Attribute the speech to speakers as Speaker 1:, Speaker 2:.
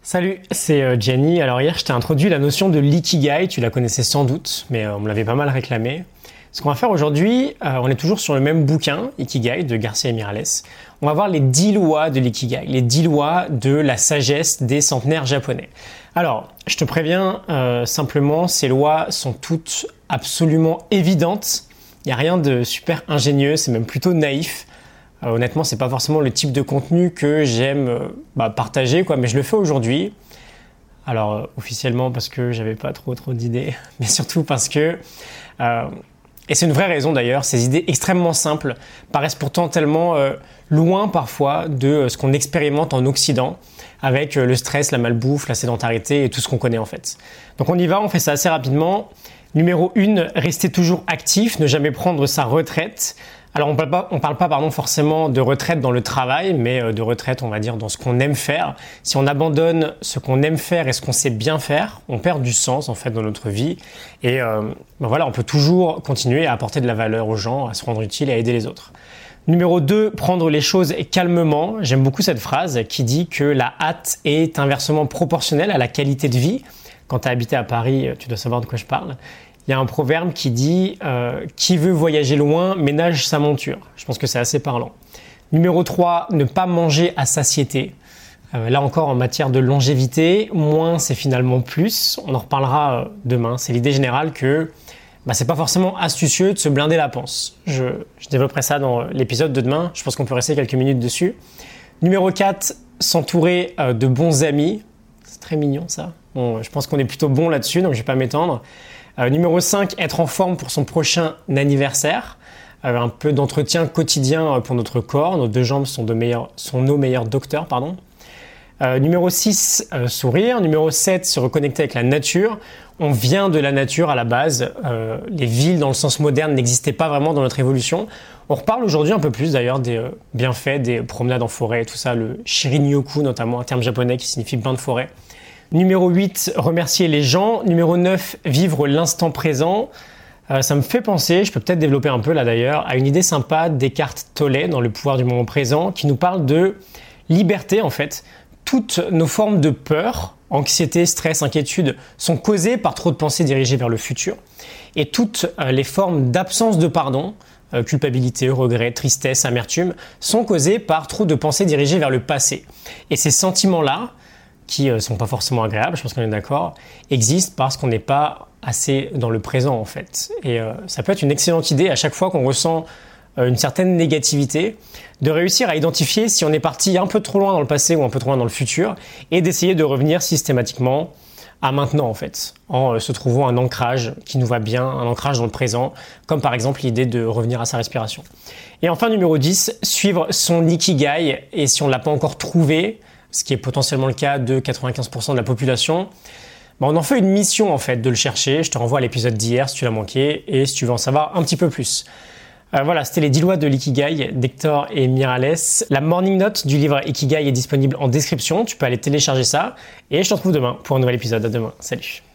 Speaker 1: Salut, c'est Gianni. Alors hier, je t'ai introduit la notion de l'ikigai, tu la connaissais sans doute, mais on me l'avait pas mal réclamé. Ce qu'on va faire aujourd'hui, on est toujours sur le même bouquin, Ikigai, de Garcia et Miralles. On va voir les 10 lois de l'ikigai, les 10 lois de la sagesse des centenaires japonais. Alors, je te préviens, simplement, ces lois sont toutes absolument évidentes. Il n'y a rien de super ingénieux, c'est même plutôt naïf. Honnêtement, c'est pas forcément le type de contenu que j'aime partager, mais je le fais aujourd'hui. Alors, officiellement parce que j'avais pas trop d'idées, mais surtout parce que, et c'est une vraie raison d'ailleurs, ces idées extrêmement simples paraissent pourtant tellement loin parfois de ce qu'on expérimente en Occident avec le stress, la malbouffe, la sédentarité et tout ce qu'on connaît en fait. Donc on y va, on fait ça assez rapidement. Numéro 1, rester toujours actif, ne jamais prendre sa retraite. Alors on parle pas forcément de retraite dans le travail, mais de retraite on va dire dans ce qu'on aime faire. Si on abandonne ce qu'on aime faire et ce qu'on sait bien faire, on perd du sens en fait dans notre vie. Et on peut toujours continuer à apporter de la valeur aux gens, à se rendre utile et à aider les autres. Numéro 2, prendre les choses calmement. J'aime beaucoup cette phrase qui dit que la hâte est inversement proportionnelle à la qualité de vie. Quand tu as habité à Paris, tu dois savoir de quoi je parle. Il y a un proverbe qui dit « Qui veut voyager loin ménage sa monture ». Je pense que c'est assez parlant. Numéro 3, ne pas manger à satiété. Là encore, en matière de longévité, moins c'est finalement plus. On en reparlera demain. C'est l'idée générale que c'est pas forcément astucieux de se blinder la panse. Je développerai ça dans l'épisode de demain. Je pense qu'on peut rester quelques minutes dessus. Numéro 4, s'entourer de bons amis. C'est très mignon ça. Bon, je pense qu'on est plutôt bon là-dessus, donc je vais pas m'étendre. Numéro 5, être en forme pour son prochain anniversaire. Un peu d'entretien quotidien pour notre corps. Nos deux jambes sont nos meilleurs docteurs. Numéro 6, sourire. Numéro 7, se reconnecter avec la nature. On vient de la nature à la base. Les villes dans le sens moderne n'existaient pas vraiment dans notre évolution. On reparle aujourd'hui un peu plus d'ailleurs des bienfaits des promenades en forêt, tout ça, le shirin-yoku notamment, un terme japonais qui signifie bain de forêt. Numéro 8, remercier les gens. Numéro 9, vivre l'instant présent. Ça me fait penser, je peux peut-être développer un peu là d'ailleurs, à une idée sympa d'Eckhart Tolle dans Le pouvoir du moment présent qui nous parle de liberté en fait. Toutes nos formes de peur, anxiété, stress, inquiétude sont causées par trop de pensées dirigées vers le futur. Et toutes les formes d'absence de pardon, culpabilité, regret, tristesse, amertume, sont causées par trop de pensées dirigées vers le passé. Et ces sentiments-là, qui sont pas forcément agréables, je pense qu'on est d'accord, existent parce qu'on n'est pas assez dans le présent en fait. Et ça peut être une excellente idée à chaque fois qu'on ressent une certaine négativité, de réussir à identifier si on est parti un peu trop loin dans le passé ou un peu trop loin dans le futur et d'essayer de revenir systématiquement à maintenant en fait, en se trouvant un ancrage qui nous va bien, un ancrage dans le présent, comme par exemple l'idée de revenir à sa respiration. Et enfin numéro 10, suivre son ikigai, et si on ne l'a pas encore trouvé, ce qui est potentiellement le cas de 95% de la population, on en fait une mission en fait de le chercher. Je te renvoie à l'épisode d'hier si tu l'as manqué et si tu veux en savoir un petit peu plus. Voilà, c'était les 10 lois de l'ikigai d'Hector et Miralles. La morning note du livre Ikigai est disponible en description. Tu peux aller télécharger ça et je te retrouve demain pour un nouvel épisode. À demain. Salut.